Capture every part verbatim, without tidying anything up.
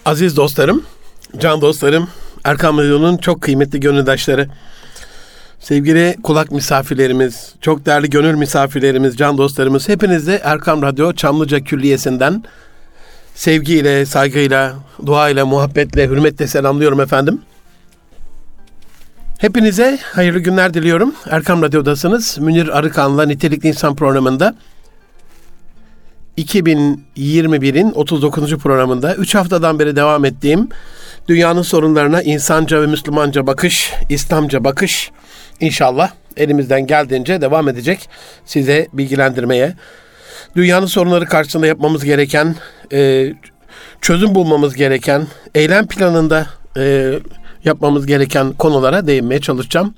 Aziz dostlarım, can dostlarım, Erkam Radyo'nun çok kıymetli gönüldaşları, sevgili kulak misafirlerimiz, çok değerli gönül misafirlerimiz, can dostlarımız, hepinizi Erkam Radyo Çamlıca Külliyesi'nden sevgiyle, saygıyla, duayla, muhabbetle, hürmetle selamlıyorum efendim. Hepinize hayırlı günler diliyorum. Erkam Radyo'dasınız. Münir Arıkan'la Nitelikli İnsan programında iki bin yirmi birin otuz dokuzuncu programında üç haftadan beri devam ettiğim dünyanın sorunlarına insanca ve Müslümanca bakış, İslamca bakış inşallah elimizden geldiğince devam edecek size bilgilendirmeye. Dünyanın sorunları karşısında yapmamız gereken, e, çözüm bulmamız gereken, eylem planında e, yapmamız gereken konulara değinmeye çalışacağım.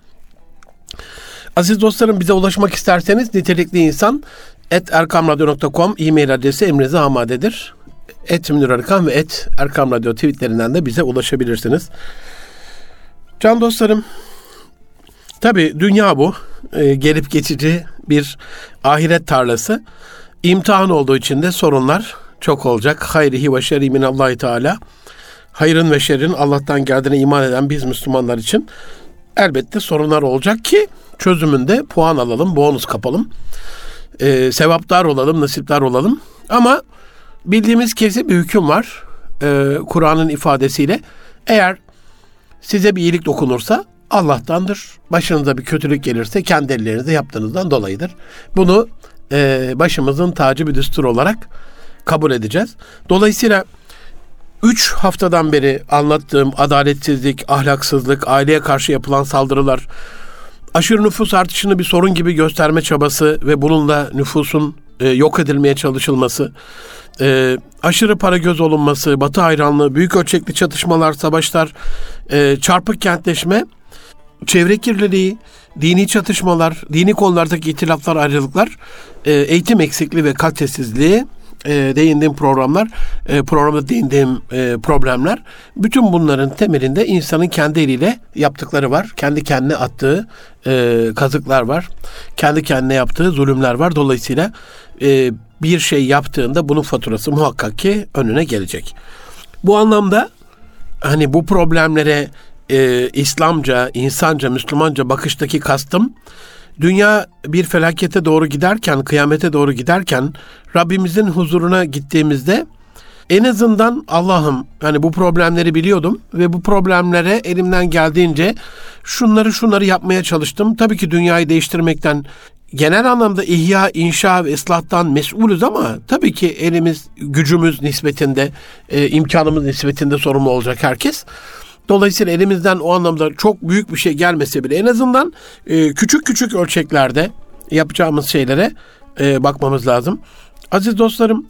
Aziz dostlarım, bize ulaşmak isterseniz nitelikli insan et erkamradyo nokta com e-mail adresi emrinize amadedir. Et Münir Arıkan ve et Erkam Radyo tweetlerinden de bize ulaşabilirsiniz. Can dostlarım, tabii dünya bu. E, gelip geçici bir ahiret tarlası. İmtihan olduğu için de sorunlar çok olacak. Hayrihi ve şerri minallahi teala. Hayrın ve şerrin Allah'tan geldiğine iman eden biz Müslümanlar için elbette sorunlar olacak ki çözümünde puan alalım, bonus kapalım. Ee, sevaptar olalım, nasiptar olalım. Ama bildiğimiz kesin bir hüküm var. Ee, Kur'an'ın ifadesiyle eğer size bir iyilik dokunursa Allah'tandır. Başınıza bir kötülük gelirse kendi ellerinizle yaptığınızdan dolayıdır. Bunu e, başımızın tacı bir düstur olarak kabul edeceğiz. Dolayısıyla üç haftadan beri anlattığım adaletsizlik, ahlaksızlık, aileye karşı yapılan saldırılar, aşırı nüfus artışını bir sorun gibi gösterme çabası ve bununla nüfusun e, yok edilmeye çalışılması, e, aşırı para göz olunması, Batı hayranlığı, büyük ölçekli çatışmalar, savaşlar, e, çarpık kentleşme, çevre kirliliği, dini çatışmalar, dini konulardaki ihtilaflar, ayrılıklar, e, eğitim eksikliği ve kalitesizliği, e, değindiğim programlar, e, programda değindiğim e, problemler, bütün bunların temelinde insanın kendi eliyle yaptıkları var. Kendi kendine attığı e, kazıklar var. Kendi kendine yaptığı zulümler var. Dolayısıyla e, bir şey yaptığında bunun faturası muhakkak ki önüne gelecek. Bu anlamda hani bu problemlere e, İslamca, insanca, Müslümanca bakıştaki kastım, dünya bir felakete doğru giderken, kıyamete doğru giderken Rabbimizin huzuruna gittiğimizde en azından Allah'ım, yani bu problemleri biliyordum ve bu problemlere elimden geldiğince şunları şunları yapmaya çalıştım. Tabii ki dünyayı değiştirmekten, genel anlamda ihya, inşa ve ıslahtan mesulüz ama tabii ki elimiz, gücümüz nispetinde, e, imkanımız nispetinde sorumlu olacak herkes. Dolayısıyla elimizden o anlamda çok büyük bir şey gelmese bile en azından e, küçük küçük ölçeklerde yapacağımız şeylere e, bakmamız lazım. Aziz dostlarım,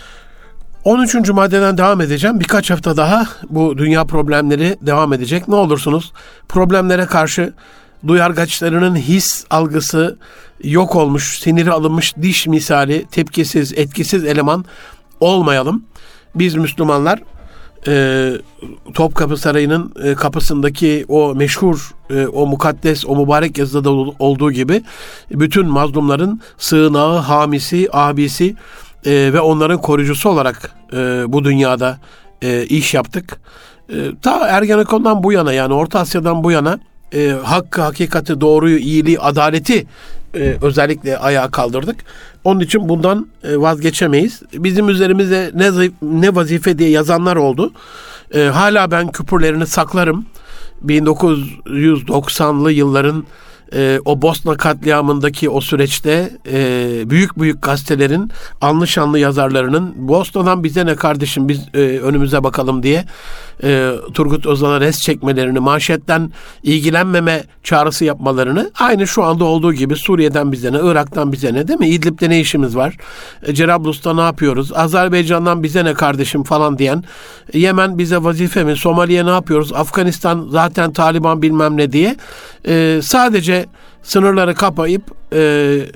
on üçüncü maddeden devam edeceğim. Birkaç hafta daha bu dünya problemleri devam edecek. Ne olursunuz problemlere karşı duyargaçlarının his algısı yok olmuş, siniri alınmış diş misali, tepkisiz, etkisiz eleman olmayalım. Biz Müslümanlar E, Topkapı Sarayı'nın e, kapısındaki o meşhur, e, o mukaddes, o mübarek yazıda da olduğu gibi bütün mazlumların sığınağı, hamisi, abisi e, ve onların koruyucusu olarak e, bu dünyada e, iş yaptık. E, ta Ergenekon'dan bu yana, yani Orta Asya'dan bu yana e, hakkı, hakikati, doğruyu, iyiliği, adaleti e, özellikle ayağa kaldırdık. Onun için bundan e, vazgeçemeyiz. Bizim üzerimize ne, ne vazife diye yazanlar oldu. E, hala ben küpürlerini saklarım. bin dokuz yüz doksanlı yılların e, o Bosna katliamındaki o süreçte e, büyük büyük gazetelerin anlı şanlı yazarlarının Bosna'dan bize ne kardeşim, biz e, önümüze bakalım diye e, Turgut Özal'a res çekmelerini, manşetten ilgilenmeme çağrısı yapmalarını, aynı şu anda olduğu gibi Suriye'den bize ne, Irak'tan bize ne, değil mi? İdlib'de ne işimiz var? E, Cerablus'ta ne yapıyoruz? Azerbaycan'dan bize ne kardeşim falan diyen, Yemen bize vazife mi? Somali'ye ne yapıyoruz? Afganistan zaten Taliban bilmem ne diye e, sadece sınırları kapayıp e,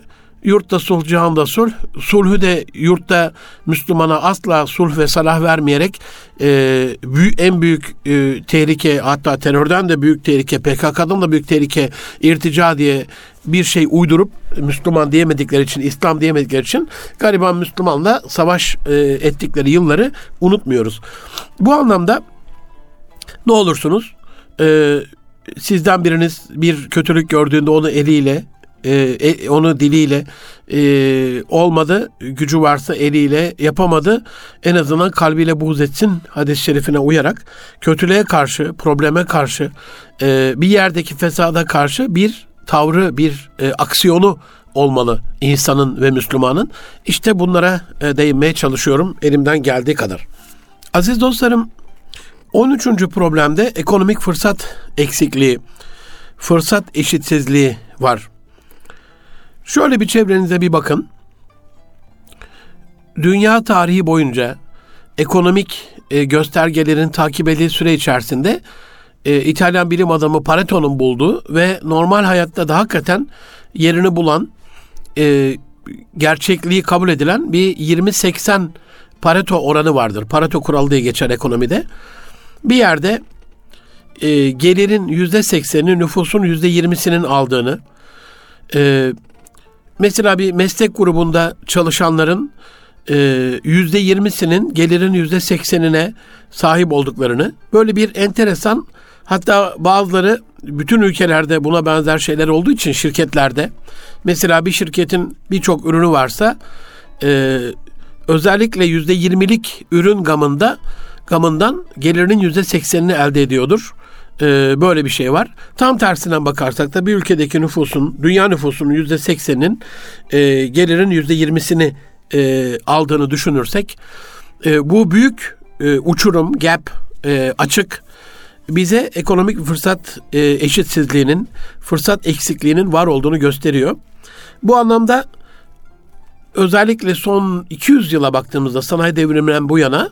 Yurtta sulh, cihanda sulh. Sulhü de yurtta Müslümana asla sulh ve salah vermeyerek e, büyük, en büyük e, tehlike, hatta terörden de büyük tehlike, P K K'dan da büyük tehlike, irtica diye bir şey uydurup Müslüman diyemedikleri için, İslam diyemedikleri için gariban Müslümanla savaş e, ettikleri yılları unutmuyoruz. Bu anlamda ne olursunuz e, sizden biriniz bir kötülük gördüğünde onu eliyle, e, onu diliyle, e, olmadı, gücü varsa eliyle, yapamadı, en azından kalbiyle buğz etsin hadis-i şerifine uyarak kötülüğe karşı, probleme karşı, e, bir yerdeki fesada karşı bir tavrı, bir e, aksiyonu olmalı insanın ve Müslümanın. İşte bunlara e, değinmeye çalışıyorum elimden geldiği kadar. Aziz dostlarım, on üçüncü problemde ekonomik fırsat eksikliği, fırsat eşitsizliği var. Şöyle bir çevrenize bir bakın. Dünya tarihi boyunca ekonomik e, göstergelerin takip edildiği süre içerisinde e, İtalyan bilim adamı Pareto'nun bulduğu ve normal hayatta da hakikaten yerini bulan, e, gerçekliği kabul edilen bir yirmi seksen Pareto oranı vardır. Pareto kuralı diye geçer ekonomide. Bir yerde e, gelirin yüzde seksenini nüfusun yüzde yirmisinin aldığını, e, mesela bir meslek grubunda çalışanların e, yüzde yirmisinin gelirin yüzde seksenine sahip olduklarını, böyle bir enteresan, hatta bazıları bütün ülkelerde buna benzer şeyler olduğu için şirketlerde, mesela bir şirketin birçok ürünü varsa e, özellikle yüzde yirmilik ürün gamında gamından gelirinin yüzde seksenini elde ediyordur. Ee, böyle bir şey var. Tam tersinden bakarsak da bir ülkedeki nüfusun, dünya nüfusunun yüzde sekseninin e, gelirin yüzde yirmisini e, aldığını düşünürsek, e, bu büyük e, uçurum, gap, e, açık bize ekonomik fırsat e, eşitsizliğinin, fırsat eksikliğinin var olduğunu gösteriyor. Bu anlamda özellikle son iki yüz yıla baktığımızda, sanayi devriminden bu yana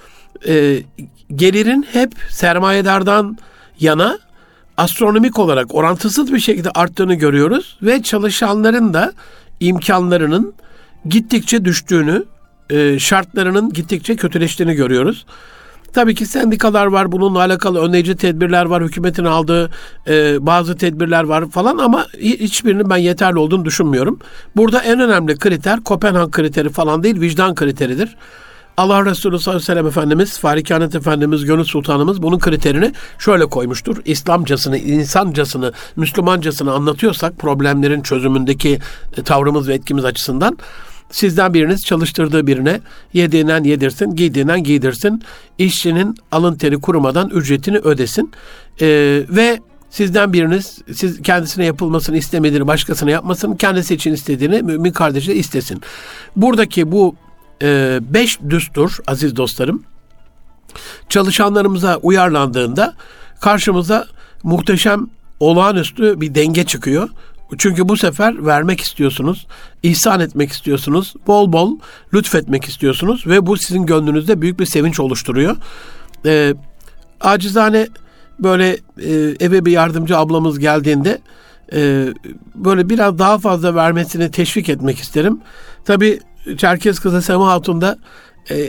e, gelirin hep sermayedardan yana astronomik olarak orantısız bir şekilde arttığını görüyoruz ve çalışanların da imkanlarının gittikçe düştüğünü, e, şartlarının gittikçe kötüleştiğini görüyoruz. Tabii ki sendikalar var, bununla alakalı önleyici tedbirler var, hükümetin aldığı e, bazı tedbirler var falan, ama hiçbirinin ben yeterli olduğunu düşünmüyorum. Burada en önemli kriter Kopenhag kriteri falan değil, vicdan kriteridir. Allah Resulü sallallahu aleyhi ve sellem Efendimiz, Farikanet Efendimiz, Gönül Sultanımız bunun kriterini şöyle koymuştur. İslamcasını, insancasını, Müslümancasını anlatıyorsak problemlerin çözümündeki tavrımız ve etkimiz açısından, sizden biriniz çalıştırdığı birine yediğinden yedirsin, giydiğinden giydirsin, işçinin alın teri kurumadan ücretini ödesin ee, ve sizden biriniz, siz kendisine yapılmasını istemediğini başkasına yapmasın, kendisi için istediğini mümin kardeşi de istesin. Buradaki bu e, beş düstur aziz dostlarım, çalışanlarımıza uyarlandığında karşımıza muhteşem, olağanüstü bir denge çıkıyor. Çünkü bu sefer vermek istiyorsunuz, ihsan etmek istiyorsunuz, bol bol lütfetmek istiyorsunuz ve bu sizin gönlünüzde büyük bir sevinç oluşturuyor. Ee, acizane böyle e, eve bir yardımcı ablamız geldiğinde e, böyle biraz daha fazla vermesini teşvik etmek isterim. Tabii Çerkez kızı Sema Hatun da e,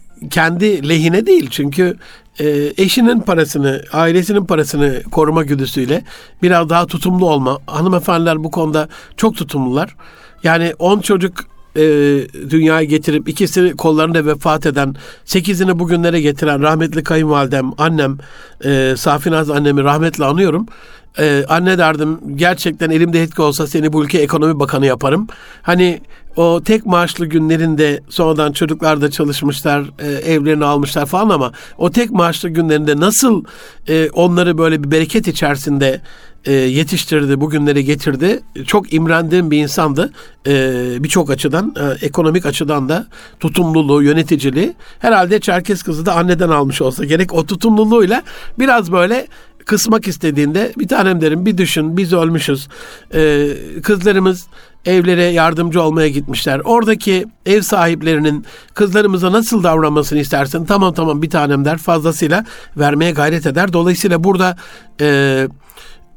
kendi lehine değil, çünkü e, eşinin parasını, ailesinin parasını koruma güdüsüyle biraz daha tutumlu olma. Hanımefendiler bu konuda çok tutumlular. Yani on çocuk e, dünyaya getirip ikisi kollarında vefat eden, sekizini bugünlere getiren rahmetli kayınvalidem, annem, e, Safinaz annemi rahmetle anıyorum. Ee, anne derdim, gerçekten elimde yetki olsa seni bu ülke ekonomi bakanı yaparım. Hani o tek maaşlı günlerinde, sonradan çocuklar da çalışmışlar, e, evlerini almışlar falan, ama o tek maaşlı günlerinde nasıl e, onları böyle bir bereket içerisinde e, yetiştirdi, bugünlere getirdi. Çok imrendiğim bir insandı. E, Birçok açıdan, e, ekonomik açıdan da tutumluluğu, yöneticiliği. Herhalde Çerkez kızı da anneden almış olsa gerek, o tutumluluğuyla biraz böyle kısmak istediğinde, bir tanem derim, bir düşün, biz ölmüşüz. Ee, kızlarımız evlere yardımcı olmaya gitmişler. Oradaki ev sahiplerinin kızlarımıza nasıl davranmasını istersin? Tamam tamam bir tanem der, fazlasıyla vermeye gayret eder. Dolayısıyla burada e,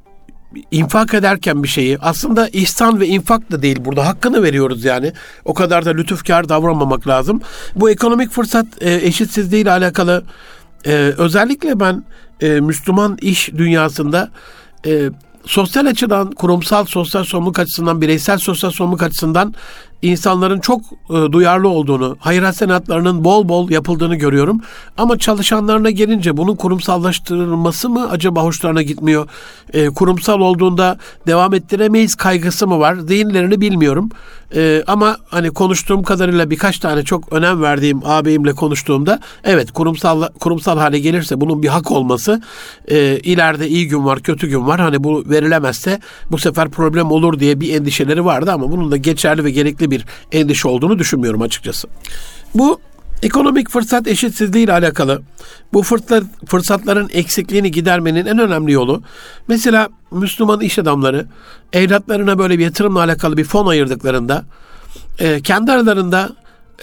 infak ederken bir şeyi, aslında ihsan ve infak da değil burada, hakkını veriyoruz yani. O kadar da lütufkar davranmamak lazım. Bu ekonomik fırsat e, eşitsizliği ile alakalı e, özellikle ben e, Müslüman iş dünyasında e, sosyal açıdan, kurumsal sosyal sorumluluk açısından, bireysel sosyal sorumluluk açısından insanların çok e, duyarlı olduğunu, hayır hasenatlarının bol bol yapıldığını görüyorum. Ama çalışanlarına gelince bunun kurumsallaştırılması mı acaba hoşlarına gitmiyor? E, kurumsal olduğunda devam ettiremeyiz kaygısı mı var? Zihinlerini bilmiyorum. E, ama hani konuştuğum kadarıyla birkaç tane çok önem verdiğim ağabeyimle konuştuğumda, evet, kurumsal kurumsal hale gelirse bunun bir hak olması, e, ileride iyi gün var, kötü gün var. Hani bu verilemezse bu sefer problem olur diye bir endişeleri vardı ama bunun da geçerli ve gerekli bir endişe olduğunu düşünmüyorum açıkçası. Bu ekonomik fırsat eşitsizliği ile alakalı bu fırsat, fırsatların eksikliğini gidermenin en önemli yolu, mesela Müslüman iş adamları evlatlarına böyle bir yatırımla alakalı bir fon ayırdıklarında e, kendi aralarında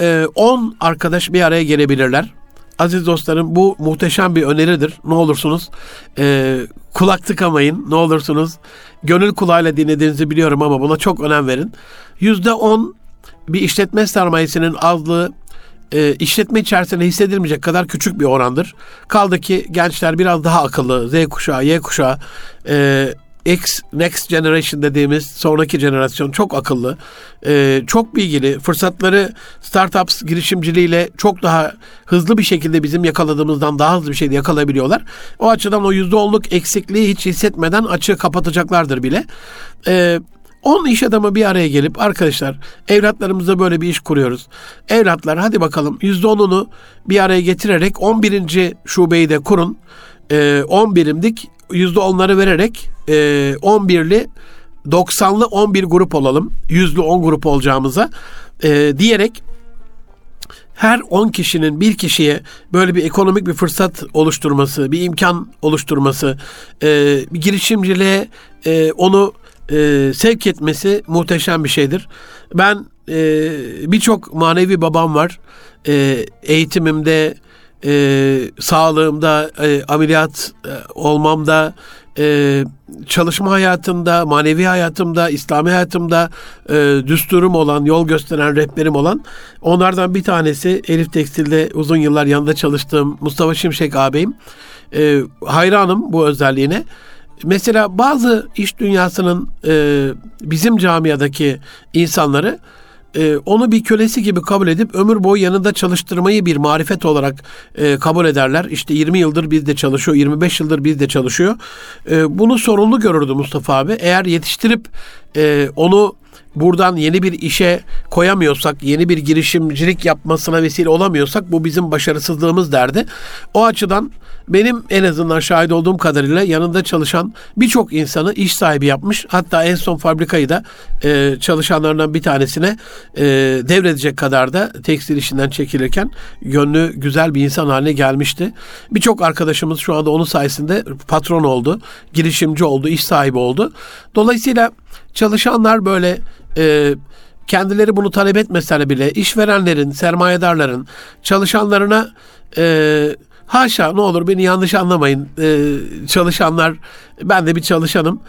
on e, arkadaş bir araya gelebilirler. Aziz dostlarım, bu muhteşem bir öneridir. Ne olursunuz e, kulak tıkamayın. Ne olursunuz gönül kulağıyla dinlediğinizi biliyorum ama buna çok önem verin. yüzde on bir işletme sermayesinin azlığı e, işletme içerisinde hissedilmeyecek kadar küçük bir orandır. Kaldı ki gençler biraz daha akıllı. Z kuşağı, Y kuşağı, e, X, Next Generation dediğimiz sonraki jenerasyon çok akıllı, e, çok bilgili, fırsatları startups girişimciliğiyle çok daha hızlı bir şekilde bizim yakaladığımızdan daha hızlı bir şekilde yakalayabiliyorlar. O açıdan o yüzde onluk eksikliği hiç hissetmeden açığı kapatacaklardır bile. E, on iş adamı bir araya gelip, arkadaşlar evlatlarımıza böyle bir iş kuruyoruz. Evlatlar hadi bakalım yüzde onunu bir araya getirerek on birinci şubeyi de kurun. E, on birimdik yüzde onları vererek e, on birli doksanlı on bir grup olalım. Yüzlü on grup olacağımıza e, diyerek her on kişinin bir kişiye böyle bir ekonomik bir fırsat oluşturması, bir imkan oluşturması, e, bir girişimciliğe e, onu e, sevk etmesi muhteşem bir şeydir. Ben e, birçok manevi babam var. E, eğitimimde, e, sağlığımda, e, ameliyat e, olmamda, e, çalışma hayatımda, manevi hayatımda, İslami hayatımda e, düsturum olan, yol gösteren, rehberim olan, onlardan bir tanesi Elif Tekstil'de uzun yıllar yanında çalıştığım Mustafa Şimşek ağabeyim. E, hayranım bu özelliğine. Mesela bazı iş dünyasının e, bizim camiadaki insanları e, onu bir kölesi gibi kabul edip ömür boyu yanında çalıştırmayı bir marifet olarak e, kabul ederler. İşte yirmi yıldır bizde çalışıyor, yirmi beş yıldır bizde çalışıyor. E, bunu sorumlu görürdü Mustafa abi. Eğer yetiştirip e, onu buradan yeni bir işe koyamıyorsak, yeni bir girişimcilik yapmasına vesile olamıyorsak bu bizim başarısızlığımız derdi. O açıdan benim en azından şahit olduğum kadarıyla yanında çalışan birçok insanı iş sahibi yapmış. Hatta en son fabrikayı da e, çalışanlarından bir tanesine e, devredecek kadar da tekstil işinden çekilirken gönlü güzel bir insan haline gelmişti. Birçok arkadaşımız şu anda onun sayesinde patron oldu, girişimci oldu, iş sahibi oldu. Dolayısıyla çalışanlar böyle e, kendileri bunu talep etmeseler bile işverenlerin, sermayedarların çalışanlarına e, haşa, ne olur beni yanlış anlamayın, e, çalışanlar, ben de bir çalışanım,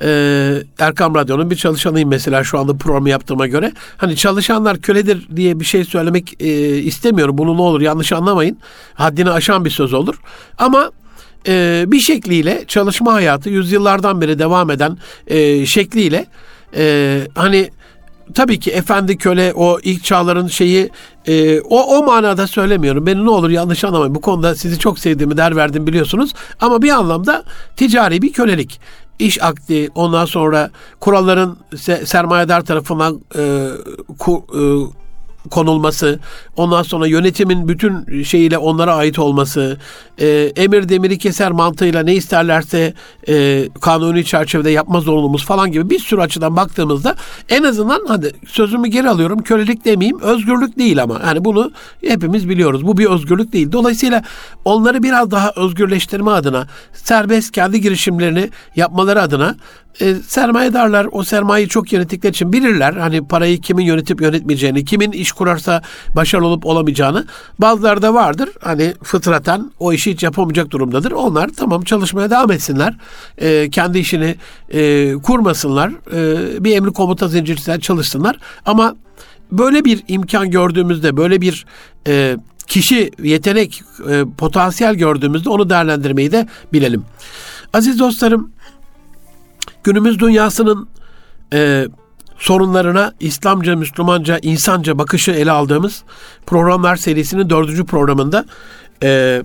e, Erkam Radyo'nun bir çalışanıyım mesela şu anda programı yaptığıma göre. Hani çalışanlar köledir diye bir şey söylemek e, istemiyorum, bunu ne olur yanlış anlamayın, haddini aşan bir söz olur ama e, bir şekliyle çalışma hayatı yüzyıllardan beri devam eden e, şekliyle e, hani tabii ki efendi köle, o ilk çağların şeyi, e, o o manada söylemiyorum. Beni ne olur yanlış anlamayın. Bu konuda sizi çok sevdiğimi, değer verdim biliyorsunuz. Ama bir anlamda ticari bir kölelik. İş akdi, ondan sonra kuralların se- sermayedar tarafından e, ku, e, konulması, ondan sonra yönetimin bütün şeyiyle onlara ait olması, e, emir demiri keser mantığıyla ne isterlerse e, kanuni çerçevede yapma zorunluluğumuz falan gibi bir sürü açıdan baktığımızda en azından, hadi sözümü geri alıyorum, kölelik demeyeyim, özgürlük değil ama yani bunu hepimiz biliyoruz. Bu bir özgürlük değil. Dolayısıyla onları biraz daha özgürleştirme adına, serbest kendi girişimlerini yapmaları adına E, sermayedarlar o sermayeyi çok yönettikleri için bilirler. Hani parayı kimin yönetip yönetmeyeceğini, kimin iş kurarsa başarılı olup olamayacağını. Bazıları da vardır. Hani fıtraten o işi hiç yapamayacak durumdadır. Onlar tamam çalışmaya devam etsinler. E, kendi işini e, kurmasınlar. E, bir emri komuta zincirinde çalışsınlar. Ama böyle bir imkan gördüğümüzde, böyle bir e, kişi, yetenek, e, potansiyel gördüğümüzde onu değerlendirmeyi de bilelim. Aziz dostlarım, günümüz dünyasının e, sorunlarına İslamca, Müslümanca, insanca bakışı ele aldığımız programlar serisinin dördüncü programında e,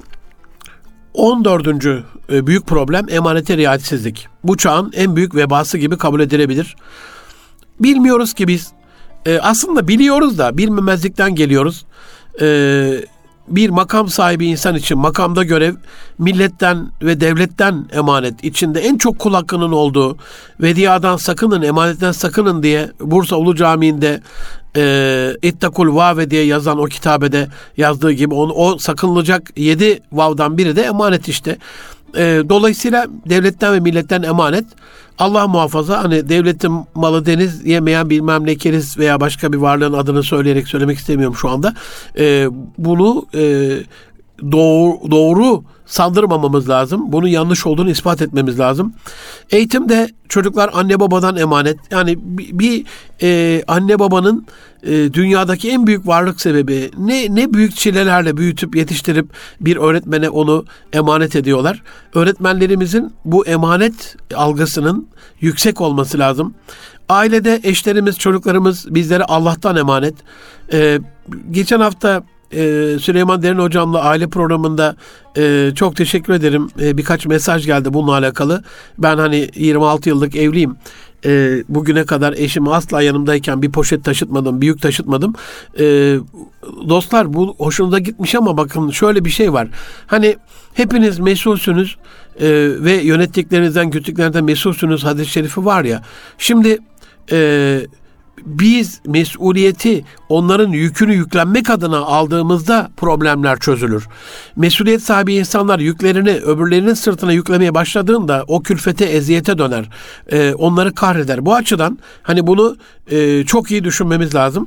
on dördüncü e, büyük problem emanete riayetsizlik. Bu çağın en büyük vebası gibi kabul edilebilir. Bilmiyoruz ki biz, e, aslında biliyoruz da bilmemezlikten geliyoruz. E, bir makam sahibi insan için makamda görev milletten ve devletten emanet, içinde en çok kul hakkının olduğu, vediyadan sakının, emanetten sakının diye Bursa Ulu Camii'nde e, İttakul Vave diye yazan o kitabede yazdığı gibi onu, o sakınılacak yedi vavdan biri de emanet işte. E, dolayısıyla devletten ve milletten emanet. Allah muhafaza, hani devletin malı deniz yemeyen bilmem ne keriz veya başka bir varlığın adını söyleyerek söylemek istemiyorum şu anda. E, bunu e, doğru, doğru sandırmamamız lazım. Bunun yanlış olduğunu ispat etmemiz lazım. Eğitimde çocuklar anne babadan emanet. Yani bir, bir e, anne babanın e, dünyadaki en büyük varlık sebebi, ne ne büyük çilelerle büyütüp yetiştirip bir öğretmene onu emanet ediyorlar. Öğretmenlerimizin bu emanet algısının yüksek olması lazım. Ailede eşlerimiz, çocuklarımız bizlere Allah'tan emanet. E, geçen hafta Ee, Süleyman Derin hocamla aile programında e, çok teşekkür ederim. E, birkaç mesaj geldi bununla alakalı. Ben hani yirmi altı yıllık evliyim. E, bugüne kadar eşimi asla yanımdayken bir poşet taşıtmadım, büyük taşıtmadım. E, dostlar, bu hoşunuza gitmiş ama bakın şöyle bir şey var. Hani hepiniz mesulsünüz e, ve yönettiklerinizden, güttüklerinizden mesulsünüz hadis-i şerifi var ya. Şimdi e, biz mesuliyeti, onların yükünü yüklenmek adına aldığımızda problemler çözülür. Mesuliyet sahibi insanlar yüklerini öbürlerinin sırtına yüklemeye başladığında o külfete, eziyete döner. Ee, onları kahreder. Bu açıdan hani bunu e, çok iyi düşünmemiz lazım.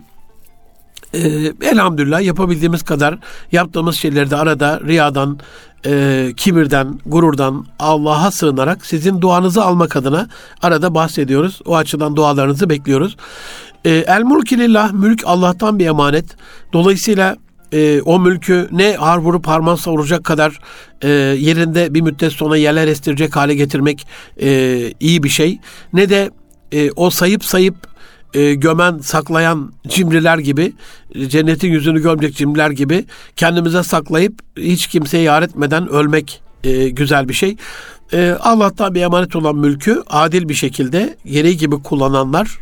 Ee, elhamdülillah yapabildiğimiz kadar yaptığımız şeyleri de arada riyadan, e, kibirden, gururdan Allah'a sığınarak sizin duanızı almak adına arada bahsediyoruz. O açıdan dualarınızı bekliyoruz. E, El mulki lillah, mülk Allah'tan bir emanet. Dolayısıyla e, o mülkü ne har vurup harman savuracak kadar e, yerinde bir müddet sonra yerler estirecek hale getirmek e, iyi bir şey. Ne de e, o sayıp sayıp E, gömen, saklayan cimriler gibi, cennetin yüzünü görmeyecek cimriler gibi kendimize saklayıp hiç kimseye yar etmeden ölmek e, güzel bir şey. E, Allah'tan bir emanet olan mülkü adil bir şekilde gereği gibi kullananlar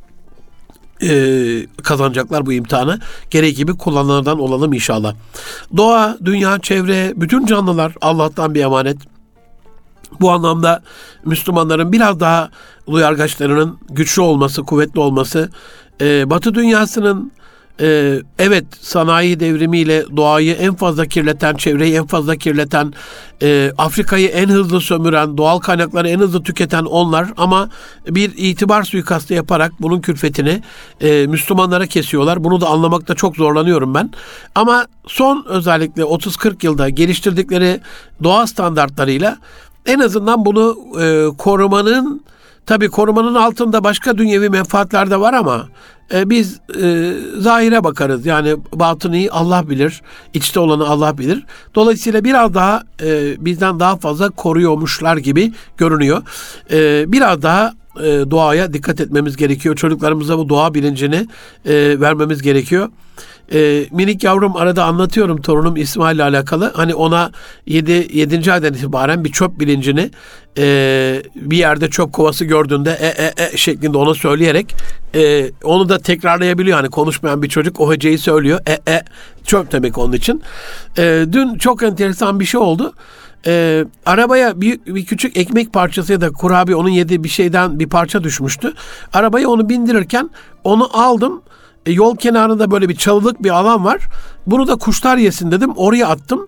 e, kazanacaklar bu imtihanı. Gereği gibi kullananlardan olalım inşallah. Doğa, dünya, çevre, bütün canlılar Allah'tan bir emanet. Bu anlamda Müslümanların biraz daha duyargaçlarının güçlü olması, kuvvetli olması, e, Batı dünyasının e, evet sanayi devrimiyle doğayı en fazla kirleten, çevreyi en fazla kirleten, e, Afrika'yı en hızlı sömüren, doğal kaynakları en hızlı tüketen onlar, ama bir itibar suikastı yaparak bunun külfetini e, Müslümanlara kesiyorlar. Bunu da anlamakta çok zorlanıyorum ben. Ama son özellikle otuz kırk yılda geliştirdikleri doğa standartlarıyla en azından bunu e, korumanın, tabii korumanın altında başka dünyevi menfaatler de var ama e, biz e, zahire bakarız. Yani batını Allah bilir, içte olanı Allah bilir. Dolayısıyla biraz daha e, bizden daha fazla koruyormuşlar gibi görünüyor. E, biraz daha e, doğaya dikkat etmemiz gerekiyor. Çocuklarımıza bu doğa bilincini e, vermemiz gerekiyor. E, minik yavrum, arada anlatıyorum torunum İsmail ile alakalı. Hani ona yedi yedinci aydan itibaren bir çöp bilincini e, bir yerde çöp kovası gördüğünde e e e şeklinde ona söyleyerek e, onu da tekrarlayabiliyor. Hani konuşmayan bir çocuk o heceyi söylüyor. E e çöp demek onun için. E, dün çok enteresan bir şey oldu. Ee, arabaya bir, bir küçük ekmek parçası ya da kurabiye, onun yediği bir şeyden bir parça düşmüştü. Arabaya onu bindirirken onu aldım. E, yol kenarında böyle bir çalılık bir alan var. Bunu da kuşlar yesin dedim. Oraya attım.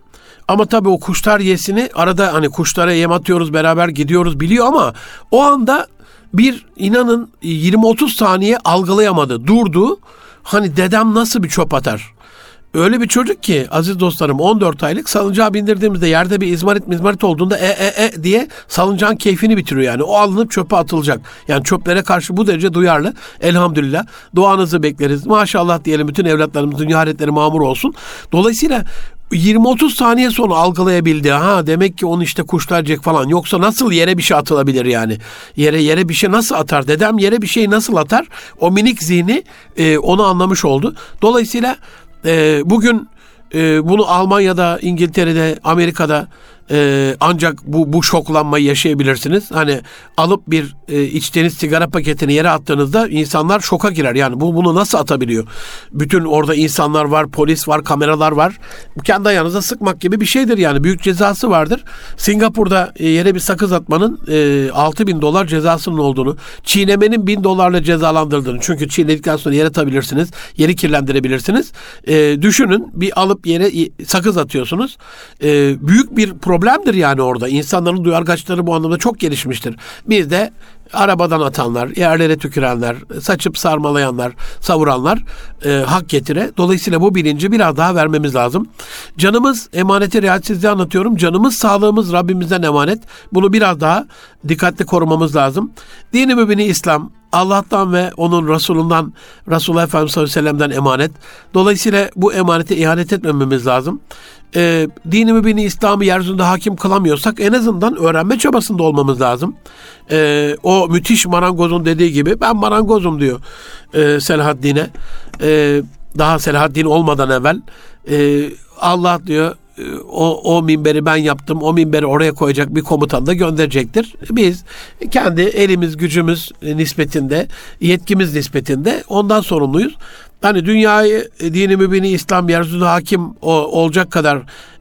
Ama tabii o kuşlar yesini arada hani kuşlara yem atıyoruz, beraber gidiyoruz biliyor ama o anda bir inanın yirmi otuz saniye algılayamadı. Durdu. Hani dedem nasıl bir çöp atar? Öyle bir çocuk ki aziz dostlarım, on dört aylık, salıncağı bindirdiğimizde yerde bir izmarit mizmarit olduğunda e e e diye salıncağın keyfini bitiriyor yani. O alınıp çöpe atılacak. Yani çöplere karşı bu derece duyarlı. Elhamdülillah. Duanızı bekleriz. Maşallah diyelim, bütün evlatlarımız dünya hayretleri mamur olsun. Dolayısıyla yirmi otuz saniye sonra algılayabildi. Ha demek ki onu işte kuşlar yiyecek falan. Yoksa nasıl yere bir şey atılabilir yani? Yere yere bir şey nasıl atar? Dedem yere bir şey nasıl atar? O minik zihni e, onu anlamış oldu. Dolayısıyla e, bugün e, bunu Almanya'da, İngiltere'de, Amerika'da e, ancak bu bu şoklanmayı yaşayabilirsiniz. Hani alıp bir e, içtiğiniz sigara paketini yere attığınızda insanlar şoka girer. Yani bu bunu nasıl atabiliyor? Bütün orada insanlar var, polis var, kameralar var. Kendi ayağınıza sıkmak gibi bir şeydir yani. Büyük cezası vardır. Singapur'da e, yere bir sakız atmanın e, altı bin dolar cezasının olduğunu, çiğnemenin bin dolarla cezalandırıldığını. Çünkü çiğnedikten sonra yere atabilirsiniz, yeri kirlendirebilirsiniz. E, düşünün, bir alıp yere sakız atıyorsunuz. E, büyük bir problem Problemdir yani orada. İnsanların duyargaçları bu anlamda çok gelişmiştir. Biz de arabadan atanlar, yerlere tükürenler, saçıp sarmalayanlar, savuranlar e, hak getire. Dolayısıyla bu bilinci biraz daha vermemiz lazım. Canımız emaneti, riayetsizliği anlatıyorum. Canımız, sağlığımız Rabbimizden emanet. Bunu biraz daha dikkatli korumamız lazım. Dini mübini İslam, Allah'tan ve onun Resulünden, Resulullah Efendimiz sallallahu aleyhi ve sellem'den emanet. Dolayısıyla bu emanete ihanet etmememiz lazım. Ee, dini mübini İslam'ı yeryüzünde hakim kılamıyorsak en azından öğrenme çabasında olmamız lazım. Ee, o müthiş marangozun dediği gibi, ben marangozum diyor e, Selahaddin'e. Ee, daha Selahaddin olmadan evvel e, Allah diyor, O, o minberi ben yaptım, o minberi oraya koyacak bir komutan da gönderecektir. Biz kendi elimiz, gücümüz nispetinde, yetkimiz nispetinde ondan sorumluyuz. Hani dünyayı, dini mübini İslam yeryüzünde hakim o, olacak kadar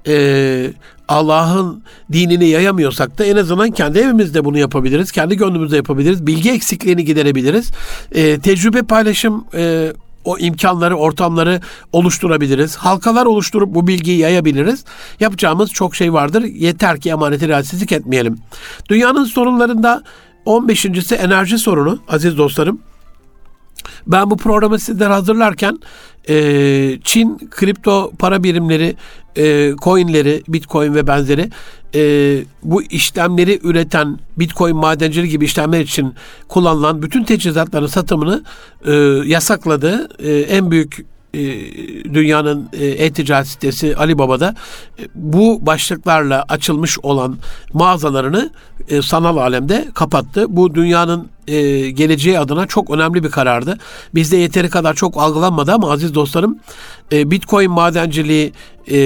e, Allah'ın dinini yayamıyorsak da en azından kendi evimizde bunu yapabiliriz. Kendi gönlümüzde yapabiliriz. Bilgi eksikliğini giderebiliriz. E, tecrübe paylaşım e, o imkanları, ortamları oluşturabiliriz. Halkalar oluşturup bu bilgiyi yayabiliriz. Yapacağımız çok şey vardır. Yeter ki emaneti riayetsizlik etmeyelim. Dünyanın sorunlarında on beşincisi enerji sorunu aziz dostlarım. Ben bu programı sizlere hazırlarken e, Çin kripto para birimleri, e, coinleri, bitcoin ve benzeri e, bu işlemleri üreten, bitcoin madenciliği gibi işlemler için kullanılan bütün teçhizatların satımını e, yasakladı. E, en büyük e, dünyanın e, e-ticaret sitesi Alibaba'da e, bu başlıklarla açılmış olan mağazalarını e, sanal alemde kapattı. Bu dünyanın e, geleceği adına çok önemli bir karardı. Bizde yeteri kadar çok algılanmadı ama aziz dostlarım, e, bitcoin madenciliği e,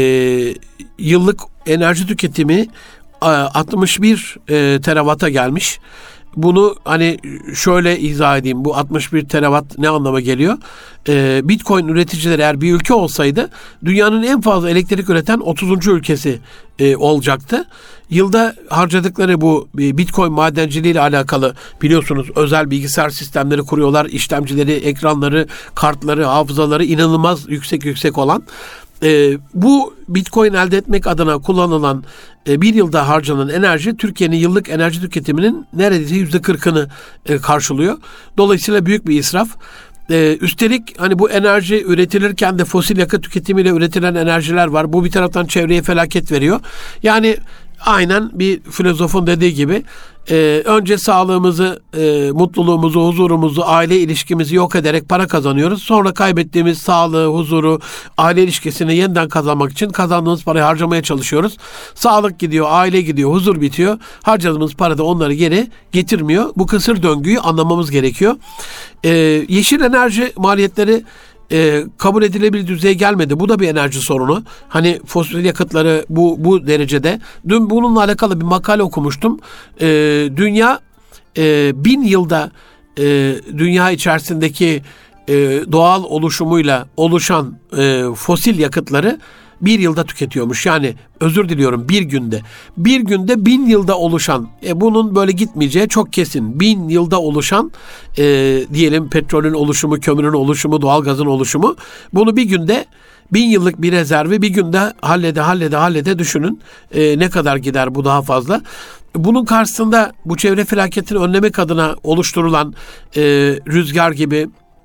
yıllık enerji tüketimi altmış bir e, teravata gelmiş. Bunu hani şöyle izah edeyim. Bu altmış bir terawatt ne anlama geliyor? Ee, Bitcoin üreticileri eğer bir ülke olsaydı dünyanın en fazla elektrik üreten otuzuncu ülkesi e, olacaktı. Yılda harcadıkları bu Bitcoin madenciliği ile alakalı biliyorsunuz özel bilgisayar sistemleri kuruyorlar. İşlemcileri, ekranları, kartları, hafızaları inanılmaz yüksek yüksek olan. E, bu Bitcoin elde etmek adına kullanılan e, bir yılda harcanan enerji Türkiye'nin yıllık enerji tüketiminin neredeyse yüzde kırkını e, karşılıyor. Dolayısıyla büyük bir israf. E, üstelik hani bu enerji üretilirken de fosil yakıt tüketimiyle üretilen enerjiler var. Bu bir taraftan çevreye felaket veriyor. Yani aynen bir filozofun dediği gibi e, önce sağlığımızı, e, mutluluğumuzu, huzurumuzu, aile ilişkimizi yok ederek para kazanıyoruz. Sonra kaybettiğimiz sağlığı, huzuru, aile ilişkisini yeniden kazanmak için kazandığımız parayı harcamaya çalışıyoruz. Sağlık gidiyor, aile gidiyor, huzur bitiyor. Harcadığımız para da onları geri getirmiyor. Bu kısır döngüyü anlamamız gerekiyor. E, yeşil enerji maliyetleri E, kabul edilebilir düzeye gelmedi. Bu da bir enerji sorunu. Hani fosil yakıtları bu bu derecede. Dün bununla alakalı bir makale okumuştum. E, dünya e, bin yılda e, dünya içerisindeki e, doğal oluşumuyla oluşan e, fosil yakıtları bir yılda tüketiyormuş. Yani özür diliyorum bir günde. Bir günde bin yılda oluşan, e, bunun böyle gitmeyeceği çok kesin. Bin yılda oluşan e, diyelim petrolün oluşumu, kömürün oluşumu, doğalgazın oluşumu. Bunu bir günde bin yıllık bir rezervi bir günde hallede hallede hallede düşünün. E, ne kadar gider bu daha fazla. Bunun karşısında bu çevre felaketini önlemek adına oluşturulan e, rüzgar gibi,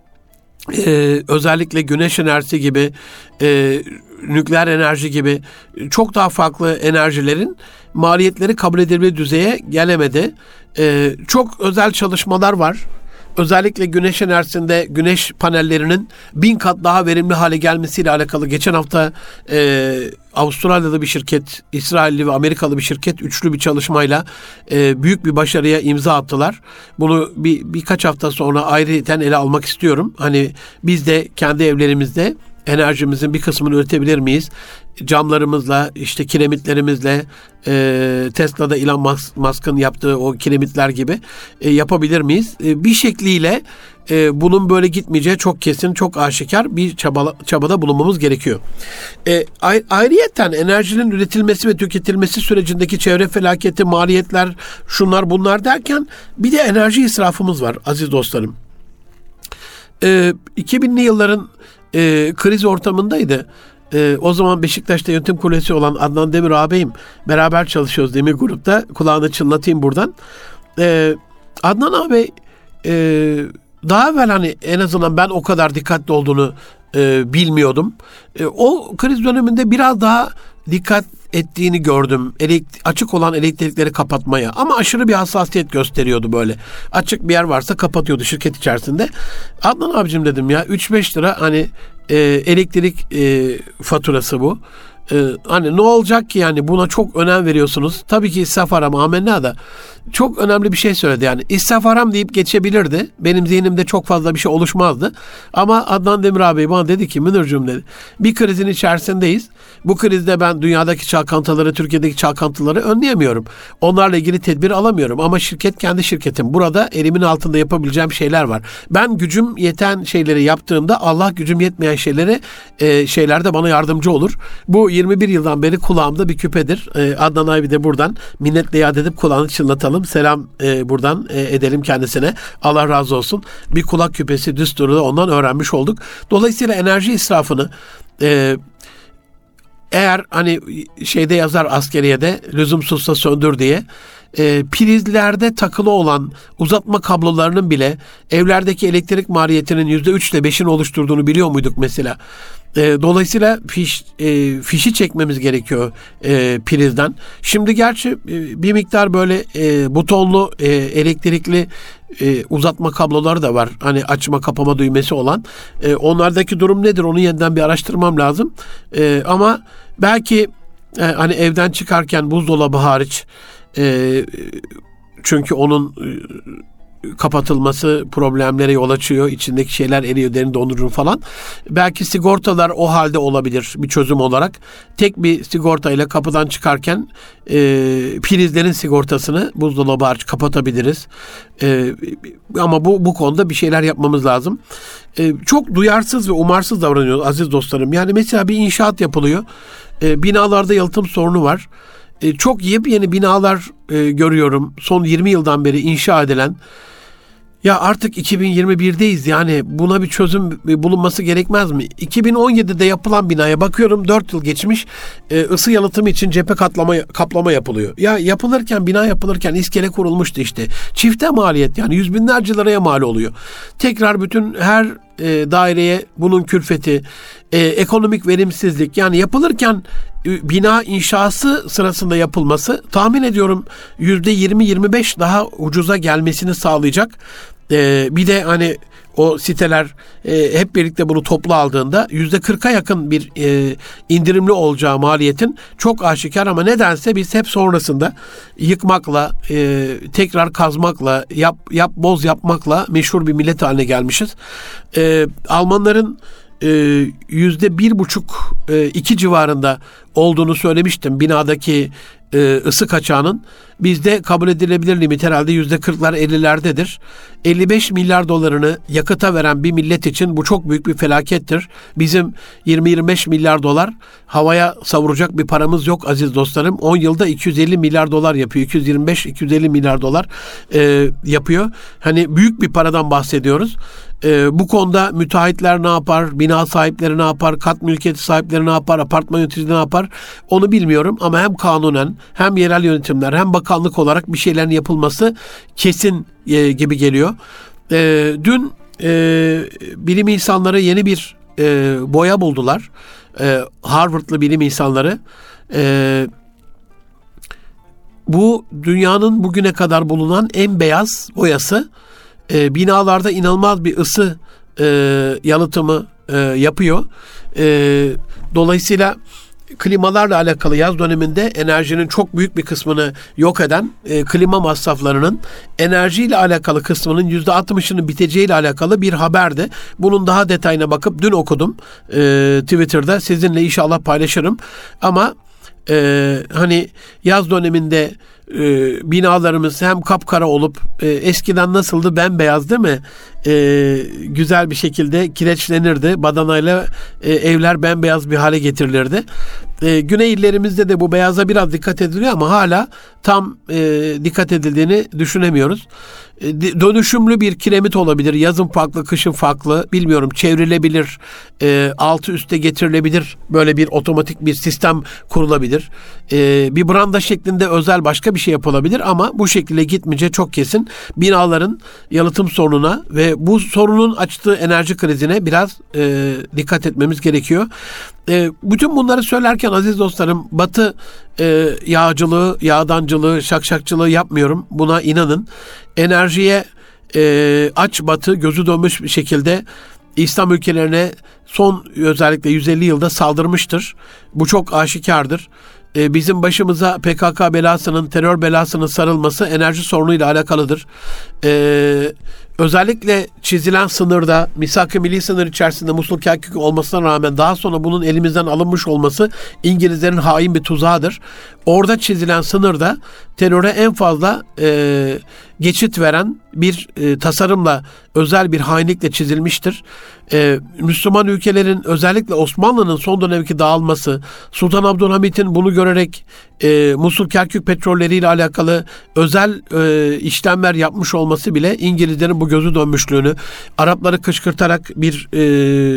Ee, özellikle güneş enerjisi gibi, e, nükleer enerji gibi çok daha farklı enerjilerin maliyetleri kabul edilebilir düzeye gelemedi. Ee, çok özel çalışmalar var. Özellikle güneş enerjisinde güneş panellerinin bin kat daha verimli hale gelmesiyle alakalı geçen hafta e, Avustralya'da bir şirket, İsrailli ve Amerikalı bir şirket üçlü bir çalışmayla e, büyük bir başarıya imza attılar. Bunu bir birkaç hafta sonra ayrıyeten ele almak istiyorum. Hani biz de kendi evlerimizde enerjimizin bir kısmını üretebilir miyiz? Camlarımızla, işte kiremitlerimizle, e, Tesla'da Elon Musk'ın yaptığı o kiremitler gibi e, yapabilir miyiz? E, bir şekliyle e, bunun böyle gitmeyeceği çok kesin, çok aşikar bir çaba, çabada bulunmamız gerekiyor. E, ayrıyeten enerjinin üretilmesi ve tüketilmesi sürecindeki çevre felaketi, maliyetler, şunlar bunlar derken bir de enerji israfımız var aziz dostlarım. E, iki binli yılların e, kriz ortamındaydı. Ee, o zaman Beşiktaş'ta yönetim kurulu üyesi olan Adnan Demir ağabeyim, beraber çalışıyoruz Demir Grup'ta. Kulağını çınlatayım buradan. Ee, Adnan ağabey e, daha evvel hani en azından ben o kadar dikkatli olduğunu e, bilmiyordum. E, o kriz döneminde biraz daha dikkat ettiğini gördüm. Elektri- açık olan elektrikleri kapatmaya. Ama aşırı bir hassasiyet gösteriyordu böyle. Açık bir yer varsa kapatıyordu şirket içerisinde. Adnan abicim dedim ya, üç beş lira hani e, elektrik e, faturası bu. E, hani ne olacak ki yani, buna çok önem veriyorsunuz. Tabii ki israf haram, amenna da çok önemli bir şey söyledi yani. İsraf haram deyip geçebilirdi. Benim zihnimde çok fazla bir şey oluşmazdı. Ama Adnan Demir abi bana dedi ki, Münir'cüğüm dedi, bir krizin içerisindeyiz. Bu krizde ben dünyadaki çalkantıları, Türkiye'deki çalkantıları önleyemiyorum. Onlarla ilgili tedbir alamıyorum. Ama şirket kendi şirketim. Burada elimin altında yapabileceğim şeyler var. Ben gücüm yeten şeyleri yaptığımda Allah gücüm yetmeyen şeyleri e, şeylerde bana yardımcı olur. Bu yirmi bir yıldan beri kulağımda bir küpedir. E, Adnan abi de buradan minnetle yad edip kulağını çınlatalım. Selam e, buradan e, edelim kendisine. Allah razı olsun. Bir kulak küpesi düsturu da ondan öğrenmiş olduk. Dolayısıyla enerji israfını e, eğer hani şeyde yazar, askeriyede lüzumsuzsa söndür diye, e, prizlerde takılı olan uzatma kablolarının bile evlerdeki elektrik maliyetinin yüzde üç ile beşini oluşturduğunu biliyor muyduk mesela? E, dolayısıyla fiş, e, fişi çekmemiz gerekiyor e, prizden. Şimdi gerçi e, bir miktar böyle e, butonlu e, elektrikli e, uzatma kabloları da var. Hani açma kapama düğmesi olan. E, onlardaki durum nedir? Onu yeniden bir araştırmam lazım. E, ama belki e, hani evden çıkarken buzdolabı hariç, e, çünkü onun e, kapatılması problemlere yol açıyor. İçindeki şeyler eriyor, derin dondurucu falan. Belki sigortalar o halde olabilir bir çözüm olarak. Tek bir sigortayla kapıdan çıkarken e, prizlerin sigortasını buzdolabı hariç kapatabiliriz. E, ama bu bu konuda bir şeyler yapmamız lazım. E, çok duyarsız ve umarsız davranıyoruz aziz dostlarım. Yani mesela bir inşaat yapılıyor. E, binalarda yalıtım sorunu var. E, çok yepyeni binalar e, görüyorum. Son yirmi yıldan beri inşa edilen. Ya artık iki bin yirmi birdeyiz, yani buna bir çözüm bulunması gerekmez mi? iki bin on yedide yapılan binaya bakıyorum, dört yıl geçmiş, e, ısı yalıtımı için cephe katlama, kaplama yapılıyor. Ya yapılırken, bina yapılırken iskele kurulmuştu işte. Çifte maliyet, yani yüz binlerce liraya mal oluyor. Tekrar bütün her e, daireye bunun külfeti, e, ekonomik verimsizlik, yani yapılırken e, bina inşası sırasında yapılması tahmin ediyorum yüzde yirmi yirmi beş daha ucuza gelmesini sağlayacak. Ee, bir de hani o siteler e, hep birlikte bunu toplu aldığında yüzde kırka yakın bir e, indirimli olacağı maliyetin çok aşikar, ama nedense biz hep sonrasında yıkmakla, e, tekrar kazmakla, yap, yap boz yapmakla meşhur bir millet haline gelmişiz. E, Almanların yüzde bir buçuk iki civarında olduğunu söylemiştim binadaki e, ısı kaçağının. Bizde kabul edilebilir limit herhalde yüzde kırklar ellilerdedir. elli beş milyar dolarını yakıta veren bir millet için bu çok büyük bir felakettir. Bizim yirmi yirmi beş milyar dolar havaya savuracak bir paramız yok aziz dostlarım. on yılda iki yüz elli milyar dolar yapıyor. iki yüz yirmi beş iki yüz elli milyar dolar e, yapıyor. Hani büyük bir paradan bahsediyoruz. E, bu konuda müteahhitler ne yapar, bina sahipleri ne yapar, kat mülkiyeti sahipleri ne yapar, apartman yöneticileri ne yapar onu bilmiyorum. Ama hem kanunen hem yerel yönetimler hem bakanlık olarak bir şeylerin yapılması kesin e, gibi geliyor. E, dün e, bilim insanları yeni bir e, boya buldular. E, Harvard'lı bilim insanları. E, bu dünyanın bugüne kadar bulunan en beyaz boyası. E, binalarda inanılmaz bir ısı e, yalıtımı e, yapıyor. E, dolayısıyla klimalarla alakalı yaz döneminde enerjinin çok büyük bir kısmını yok eden e, klima masraflarının enerjiyle alakalı kısmının yüzde altmışının biteceğiyle alakalı bir haberdi. Bunun daha detayına bakıp dün okudum e, Twitter'da, sizinle inşallah paylaşırım. Ama e, hani yaz döneminde e, binalarımız hem kapkara olup e, eskiden nasıldı, bembeyaz değil mi? E, güzel bir şekilde kireçlenirdi. Badanayla e, evler bembeyaz bir hale getirilirdi. E, güney illerimizde de bu beyaza biraz dikkat ediliyor ama hala tam e, dikkat edildiğini düşünemiyoruz. E, dönüşümlü bir kiremit olabilir. Yazın farklı, kışın farklı. Bilmiyorum, çevrilebilir. E, altı üste getirilebilir. Böyle bir otomatik bir sistem kurulabilir. E, bir branda şeklinde özel başka bir şey yapılabilir ama bu şekilde gitmeyeceği çok kesin. Binaların yalıtım sorununa ve bu sorunun açtığı enerji krizine biraz e, dikkat etmemiz gerekiyor. E, bütün bunları söylerken aziz dostlarım, Batı e, yağcılığı, yağdancılığı, şakşakçılığı yapmıyorum. Buna inanın. Enerjiye e, aç Batı gözü dönmüş bir şekilde İslam ülkelerine son özellikle yüz elli yılda saldırmıştır. Bu çok aşikardır. E, bizim başımıza P K K belasının, terör belasının sarılması enerji sorunuyla alakalıdır. E, özellikle çizilen sınırda, misak-ı milli sınır içerisinde Musul-Kerkük olmasına rağmen daha sonra bunun elimizden alınmış olması İngilizlerin hain bir tuzağıdır. Orada çizilen sınırda teröre en fazla e, geçit veren bir e, tasarımla, özel bir hainlikle çizilmiştir. E, Müslüman ülkelerin, özellikle Osmanlı'nın son dönemki dağılması, Sultan Abdülhamit'in bunu görerek e, Musul-Kerkük petrolleriyle alakalı özel e, işlemler yapmış olması bile İngilizlerin bu gözü dönmüşlüğünü, Arapları kışkırtarak bir e,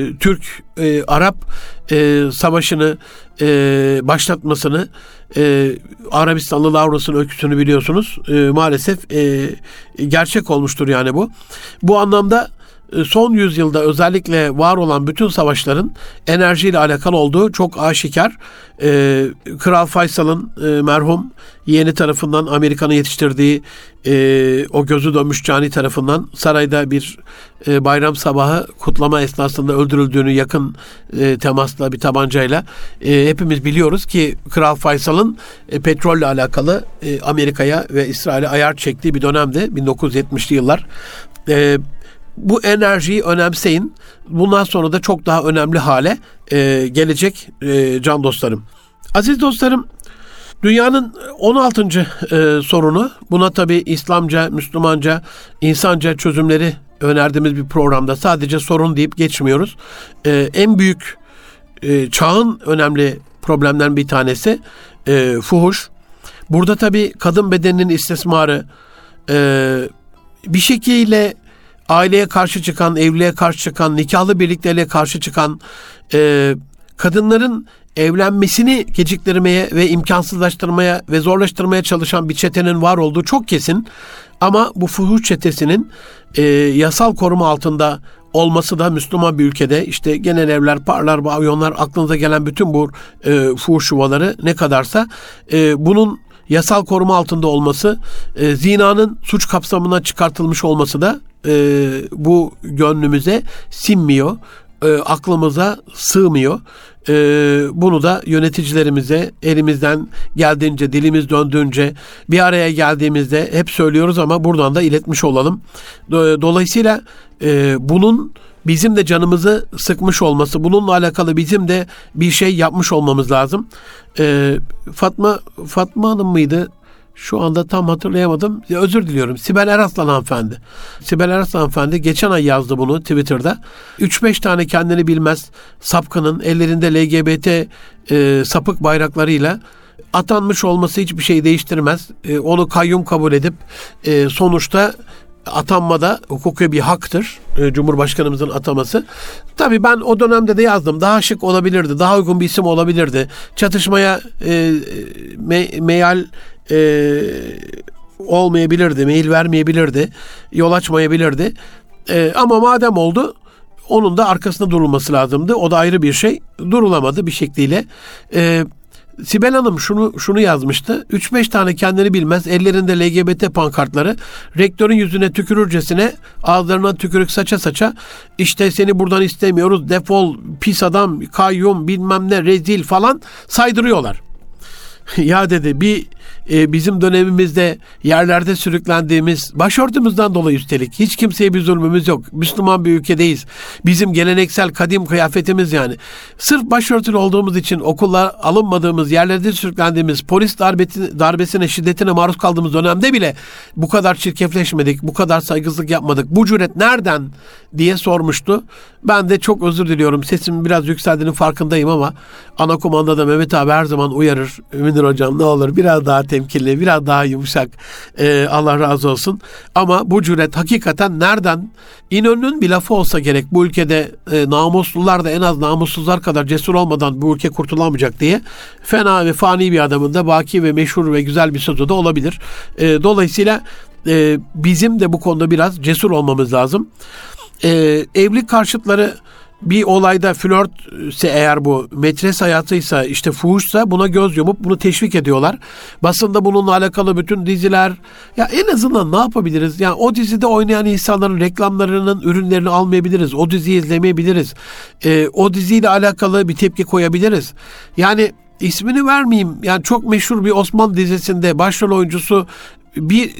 Türk-Arap e, e, savaşını e, başlatmasını, e, Arabistanlı Lavros'un öyküsünü biliyorsunuz. E, maalesef e, gerçek olmuştur yani bu. Bu anlamda son yüzyılda özellikle var olan bütün savaşların enerjiyle alakalı olduğu çok aşikar. Ee, Kral Faysal'ın e, merhum yeğeni tarafından, Amerika'nın yetiştirdiği e, o gözü dönmüş cani tarafından sarayda bir e, bayram sabahı kutlama esnasında öldürüldüğünü yakın e, temasla bir tabancayla e, hepimiz biliyoruz ki Kral Faysal'ın e, petrolle alakalı e, Amerika'ya ve İsrail'e ayar çektiği bir dönemde bin dokuz yüz yetmişli yıllar. E, Bu enerjiyi önemseyin. Bundan sonra da çok daha önemli hale e, gelecek e, can dostlarım. Aziz dostlarım, dünyanın on altıncı E, sorunu, buna tabi İslamca, Müslümanca, insanca çözümleri önerdiğimiz bir programda sadece sorun deyip geçmiyoruz. E, en büyük e, çağın önemli problemlerden bir tanesi e, fuhuş. Burada tabi kadın bedeninin istismarı, e, bir şekilde aileye karşı çıkan, evliliğe karşı çıkan, nikahlı birlikteliğe karşı çıkan, e, kadınların evlenmesini geciktirmeye ve imkansızlaştırmaya ve zorlaştırmaya çalışan bir çetenin var olduğu çok kesin. Ama bu fuhuş çetesinin e, yasal koruma altında olması da Müslüman bir ülkede, işte genel evler, parlar, pavyonlar, aklınıza gelen bütün bu e, fuhuş yuvaları ne kadarsa e, bunun yasal koruma altında olması, e, zinanın suç kapsamına çıkartılmış olması da e, bu gönlümüze sinmiyor, e, aklımıza sığmıyor. E, bunu da yöneticilerimize elimizden geldiğince, dilimiz döndüğünce, bir araya geldiğimizde hep söylüyoruz ama buradan da iletmiş olalım. Dolayısıyla e, bunun bizim de canımızı sıkmış olması, bununla alakalı bizim de bir şey yapmış olmamız lazım. Ee, Fatma Fatma Hanım mıydı? Şu anda tam hatırlayamadım. Ya, özür diliyorum. Sibel Eraslan hanımefendi. Sibel Eraslan hanımefendi geçen ay yazdı bunu Twitter'da. üç beş tane kendini bilmez sapkının ellerinde L G B T e, sapık bayraklarıyla atanmış olması hiçbir şey değiştirmez. E, onu kayyum kabul edip e, sonuçta atanmada hukuki bir haktır. E, Cumhurbaşkanımızın ataması. Tabii ben o dönemde de yazdım. Daha şık olabilirdi. Daha uygun bir isim olabilirdi. Çatışmaya e, me, meyal e, olmayabilirdi. Meyil vermeyebilirdi. Yol açmayabilirdi. E, ama madem oldu, onun da arkasında durulması lazımdı. O da ayrı bir şey. Durulamadı bir şekliyle. E, Sibel Hanım şunu şunu yazmıştı. üç beş tane kendini bilmez, ellerinde L G B T pankartları, rektörün yüzüne tükürürcesine, ağızlarına tükürük saça saça, işte seni buradan istemiyoruz, defol, pis adam, kayyum, bilmem ne, rezil falan saydırıyorlar. Ya dedi, bir e, bizim dönemimizde yerlerde sürüklendiğimiz, başörtümüzden dolayı üstelik, hiç kimseye bir zulmümüz yok. Müslüman bir ülkedeyiz. Bizim geleneksel kadim kıyafetimiz yani. Sırf başörtülü olduğumuz için okullar alınmadığımız, yerlerde sürüklendiğimiz, polis darbeti, darbesine, şiddetine maruz kaldığımız dönemde bile bu kadar çirkefleşmedik, bu kadar saygısızlık yapmadık. Bu cüret nereden diye sormuştu. Ben de çok özür diliyorum. Sesimin biraz yükseldiğinin farkındayım ama ana kumandada Mehmet abi her zaman uyarır. Münir hocam ne olur biraz daha temkinli, biraz daha yumuşak. Ee, Allah razı olsun. Ama bu cüret hakikaten nereden? İnönü'nün bir lafı olsa gerek. Bu ülkede e, namuslular da en az namussuzlar kadar cesur olmadan bu ülke kurtulamayacak diye. Fena ve fani bir adamın da baki ve meşhur ve güzel bir sözü de olabilir. E, dolayısıyla e, bizim de bu konuda biraz cesur olmamız lazım. E, evlilik karşıtları bir olayda flörtse, eğer bu metres hayatıysa, işte fuhuşsa, buna göz yumup bunu teşvik ediyorlar. Basında bununla alakalı bütün diziler, ya en azından ne yapabiliriz? Yani o dizide oynayan insanların reklamlarının, ürünlerini almayabiliriz. O diziyi izlemeyebiliriz. Ee, o diziyle alakalı bir tepki koyabiliriz. Yani ismini vermeyeyim. Yani çok meşhur bir Osmanlı dizisinde başrol oyuncusu bir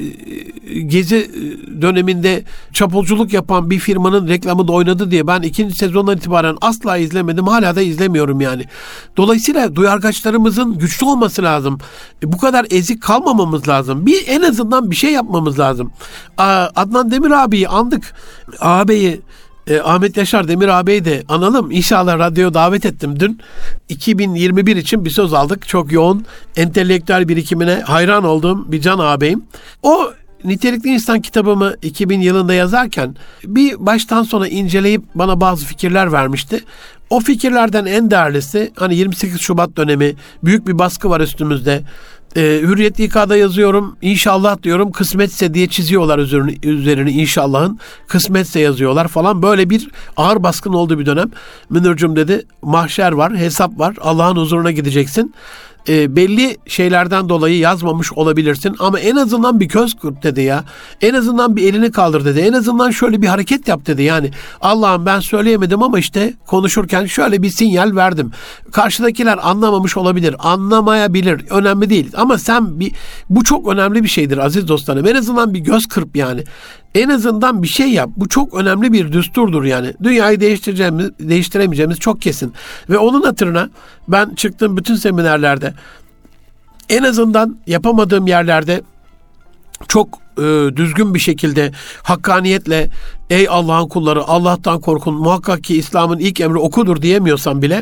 gezi döneminde çapulculuk yapan bir firmanın reklamında oynadı diye ben ikinci sezondan itibaren asla izlemedim. Hala da izlemiyorum yani. Dolayısıyla duyargaçlarımızın güçlü olması lazım. Bu kadar ezik kalmamamız lazım. Bir en azından bir şey yapmamız lazım. Adnan Demir abiyi andık. Ağabeyi, Ahmet Yaşar Demir ağabeyi de analım. İnşallah radyoya davet ettim dün. iki bin yirmi bir için bir söz aldık. Çok yoğun entelektüel birikimine hayran olduğum bir can ağabeyim. O Nitelikli İnsan kitabımı iki bin yılında yazarken bir baştan sona inceleyip bana bazı fikirler vermişti. O fikirlerden en değerlisi, hani yirmi sekiz Şubat dönemi, büyük bir baskı var üstümüzde. Ee, Hürriyet İK'da yazıyorum, inşallah diyorum, kısmetse diye çiziyorlar üzerini, üzerini inşallahın, kısmetse yazıyorlar falan, böyle bir ağır baskın olduğu bir dönem. Münir'cim dedi, mahşer var, hesap var, Allah'ın huzuruna gideceksin. E, belli şeylerden dolayı yazmamış olabilirsin ama en azından bir göz kırp dedi ya. En azından bir elini kaldır dedi. En azından şöyle bir hareket yap dedi. Yani Allah'ım ben söyleyemedim ama işte konuşurken şöyle bir sinyal verdim. Karşıdakiler anlamamış olabilir. Anlamayabilir. Önemli değil. Ama sen bir, bu çok önemli bir şeydir aziz dostlarım. En azından bir göz kırp yani. En azından bir şey yap. Bu çok önemli bir düsturdur yani. Dünyayı değiştireceğimiz, değiştiremeyeceğimiz çok kesin. Ve onun hatırına ben çıktığım bütün seminerlerde, en azından yapamadığım yerlerde çok e, düzgün bir şekilde, hakkaniyetle, ey Allah'ın kulları, Allah'tan korkun, muhakkak ki İslam'ın ilk emri okudur diyemiyorsam bile,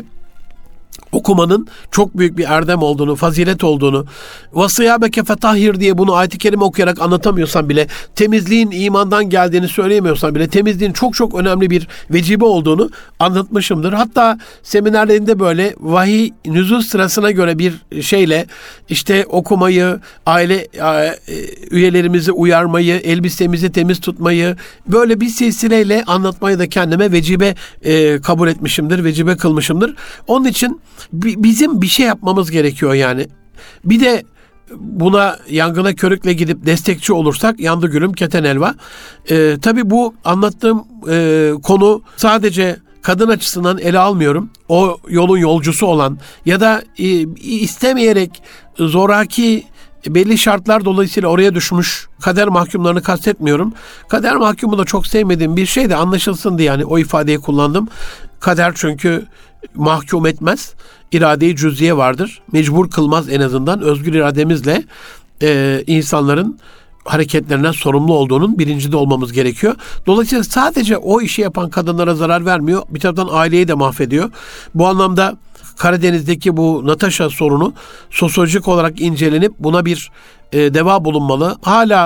okumanın çok büyük bir erdem olduğunu, fazilet olduğunu, vasıyâbeke fetahhir diye bunu ayet-i kerime okuyarak anlatamıyorsan bile, temizliğin imandan geldiğini söyleyemiyorsan bile, temizliğin çok çok önemli bir vecibe olduğunu anlatmışımdır. Hatta seminerlerinde böyle vahiy nüzul sırasına göre bir şeyle işte okumayı, aile üyelerimizi uyarmayı, elbisemizi temiz tutmayı, böyle bir silsileyle anlatmayı da kendime vecibe e, kabul etmişimdir, vecibe kılmışımdır. Onun için bizim bir şey yapmamız gerekiyor yani. Bir de buna yangına körükle gidip destekçi olursak yandı gülüm keten elva. Ee, tabii bu anlattığım e, konu sadece kadın açısından ele almıyorum. O yolun yolcusu olan ya da e, istemeyerek zoraki belli şartlar dolayısıyla oraya düşmüş kader mahkumlarını kastetmiyorum. Kader mahkumu da çok sevmediğim bir şey de anlaşılsın diye yani o ifadeyi kullandım. Kader çünkü mahkum etmez. İrade-i cüz'iye vardır. Mecbur kılmaz en azından. Özgür irademizle e, insanların hareketlerinden sorumlu olduğunun bilincinde olmamız gerekiyor. Dolayısıyla sadece o işi yapan kadınlara zarar vermiyor. Bir taraftan aileyi de mahvediyor. Bu anlamda Karadeniz'deki bu Natasha sorunu sosyolojik olarak incelenip buna bir e, deva bulunmalı. Hala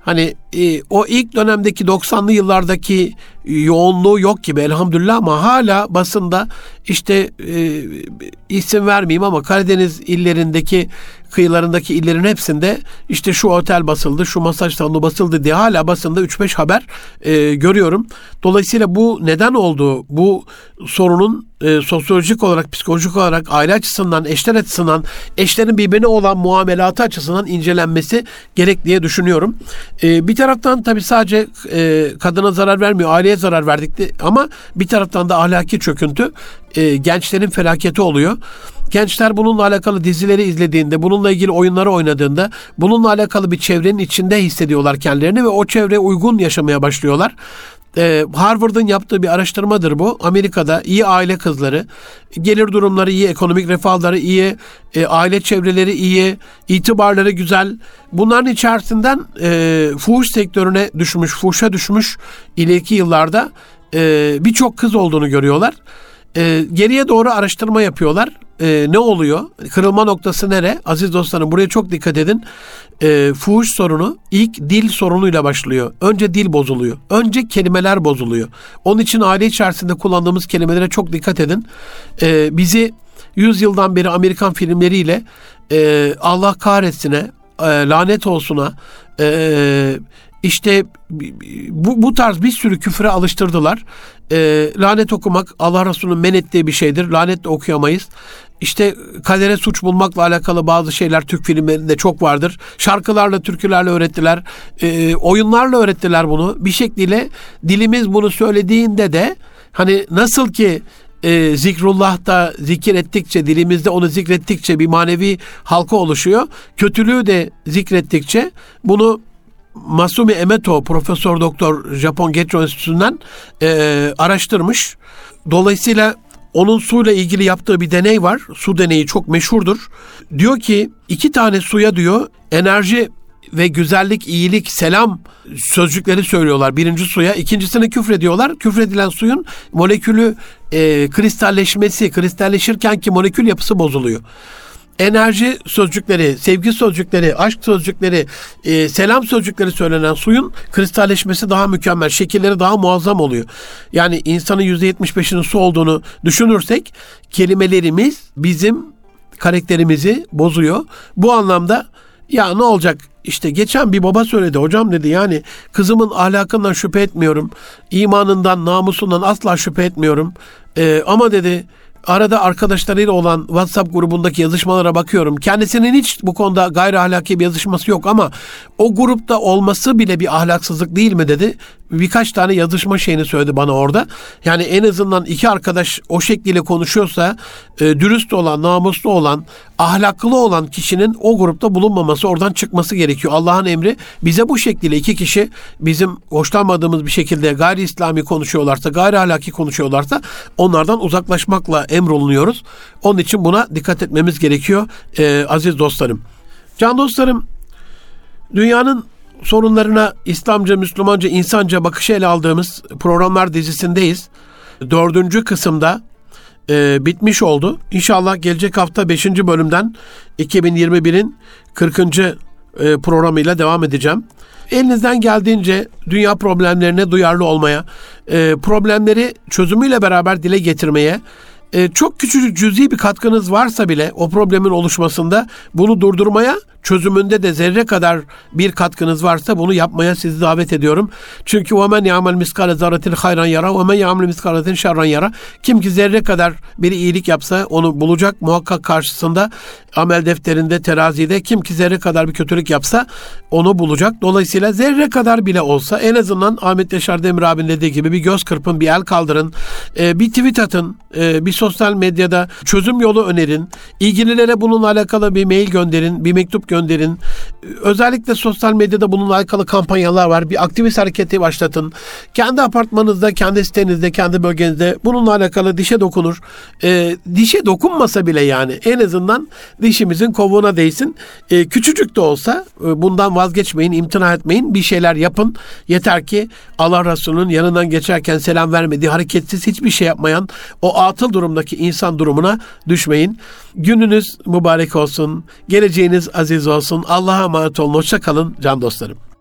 Hani e, o ilk dönemdeki doksanlı yıllardaki yoğunluğu yok gibi elhamdülillah, ama hala basında işte e, isim vermeyeyim ama Karadeniz illerindeki, kıyılarındaki illerin hepsinde işte şu otel basıldı, şu masaj salonu basıldı diye hala basında üç beş haber e, görüyorum. Dolayısıyla bu neden oldu? Bu sorunun e, sosyolojik olarak, psikolojik olarak, aile açısından, eşler açısından, eşlerin birbirine olan muamelatı açısından incelenmesi gerek diye düşünüyorum. E, bir taraftan tabii sadece e, kadına zarar vermiyor, aileye zarar verdikti, ama bir taraftan da ahlaki çöküntü, e, gençlerin felaketi oluyor. Gençler bununla alakalı dizileri izlediğinde, bununla ilgili oyunları oynadığında, bununla alakalı bir çevrenin içinde hissediyorlar kendilerini ve o çevreye uygun yaşamaya başlıyorlar. Ee, Harvard'ın yaptığı bir araştırmadır bu. Amerika'da iyi aile kızları, gelir durumları iyi, ekonomik refahları iyi, e, aile çevreleri iyi, itibarları güzel. Bunların içerisinden e, fuhuş sektörüne düşmüş, fuhuşa düşmüş ileriki yıllarda e, birçok kız olduğunu görüyorlar. E, geriye doğru araştırma yapıyorlar. E, ne oluyor? Kırılma noktası nere? Aziz dostlarım, buraya çok dikkat edin. E, fuhuş sorunu ilk dil sorunuyla başlıyor. Önce dil bozuluyor. Önce kelimeler bozuluyor. Onun için aile içerisinde kullandığımız kelimelere çok dikkat edin. E, bizi yüz yıldan beri Amerikan filmleriyle e, Allah kahretsin'e, e, lanet olsun'a, e, İşte bu, bu tarz bir sürü küfre alıştırdılar. E, lanet okumak Allah Resulü'nün men ettiği bir şeydir. Lanetle okuyamayız. İşte kadere suç bulmakla alakalı bazı şeyler Türk filmlerinde çok vardır. Şarkılarla, türkülerle öğrettiler. E, oyunlarla öğrettiler bunu. Bir şekliyle dilimiz bunu söylediğinde de hani nasıl ki e, zikrullah'ta zikir ettikçe, dilimizde onu zikrettikçe bir manevi halka oluşuyor. Kötülüğü de zikrettikçe bunu Masumi Emoto, Profesör Doktor Japon Getro Enstitüsü'nden e, araştırmış. Dolayısıyla onun suyla ilgili yaptığı bir deney var. Su deneyi çok meşhurdur. Diyor ki iki tane suya diyor enerji ve güzellik, iyilik, selam sözcükleri söylüyorlar birinci suya. İkincisine küfrediyorlar. Küfredilen suyun molekülü e, kristalleşmesi, kristalleşirken ki molekül yapısı bozuluyor. Enerji sözcükleri, sevgi sözcükleri, aşk sözcükleri, e, selam sözcükleri söylenen suyun kristalleşmesi daha mükemmel, şekilleri daha muazzam oluyor. Yani insanın yüzde yetmiş beşinin su olduğunu düşünürsek kelimelerimiz bizim karakterimizi bozuyor. Bu anlamda ya ne olacak? İşte geçen bir baba söyledi, hocam dedi, yani kızımın ahlakından şüphe etmiyorum, imanından, namusundan asla şüphe etmiyorum. E, ama dedi arada arkadaşlarıyla olan WhatsApp grubundaki yazışmalara bakıyorum. Kendisinin hiç bu konuda gayri ahlaki bir yazışması yok ama o grupta olması bile bir ahlaksızlık değil mi dedi. Birkaç tane yazışma şeyini söyledi bana orada. Yani en azından iki arkadaş o şekliyle konuşuyorsa e, dürüst olan, namuslu olan, ahlaklı olan kişinin o grupta bulunmaması, oradan çıkması gerekiyor. Allah'ın emri bize bu şekliyle iki kişi bizim hoşlanmadığımız bir şekilde gayri İslami konuşuyorlarsa, gayri ahlaki konuşuyorlarsa onlardan uzaklaşmakla emrolunuyoruz. Onun için buna dikkat etmemiz gerekiyor e, aziz dostlarım. Can dostlarım, dünyanın sorunlarına İslamca, Müslümanca, insanca bakışı ele aldığımız programlar dizisindeyiz. Dördüncü kısımda e, bitmiş oldu. İnşallah gelecek hafta beşinci bölümden iki bin yirmi birin kırkıncı E, programıyla devam edeceğim. Elinizden geldiğince dünya problemlerine duyarlı olmaya, e, problemleri çözümüyle beraber dile getirmeye, e, çok küçücük cüzi bir katkınız varsa bile o problemin oluşmasında bunu durdurmaya, çözümünde de zerre kadar bir katkınız varsa bunu yapmaya sizi davet ediyorum. Çünkü وَمَنْ يَعْمَلْ مِسْكَالَ زَرَّةٍ خَيْرًا يَرَى وَمَنْ يَعْمَلْ مِسْكَالَ ذَرَّةٍ شَرًّا يَرَى. Kim ki zerre kadar bir iyilik yapsa onu bulacak muhakkak karşısında, amel defterinde, terazide. Kim ki zerre kadar bir kötülük yapsa onu bulacak. Dolayısıyla zerre kadar bile olsa en azından Ahmet Yaşar Demir abinin dediği gibi bir göz kırpın, bir el kaldırın, e, bir tweet atın, e, bir sosyal medyada çözüm yolu önerin, ilgililere bununla alakalı bir mail gönderin, bir mektup gönderin. Özellikle sosyal medyada bununla alakalı kampanyalar var. Bir aktivist hareketi başlatın. Kendi apartmanınızda, kendi sitenizde, kendi bölgenizde bununla alakalı dişe dokunur. E, dişe dokunmasa bile yani en azından dişimizin kovuğuna değsin. E, küçücük de olsa e, bundan vazgeçmeyin, imtina etmeyin. Bir şeyler yapın. Yeter ki Allah Resulü'nün yanından geçerken selam vermediği, hareketsiz hiçbir şey yapmayan o atıl durumdaki insan durumuna düşmeyin. Gününüz mübarek olsun. Geleceğiniz aziz olsun. Allah'a emanet olun. Hoşça kalın can dostlarım.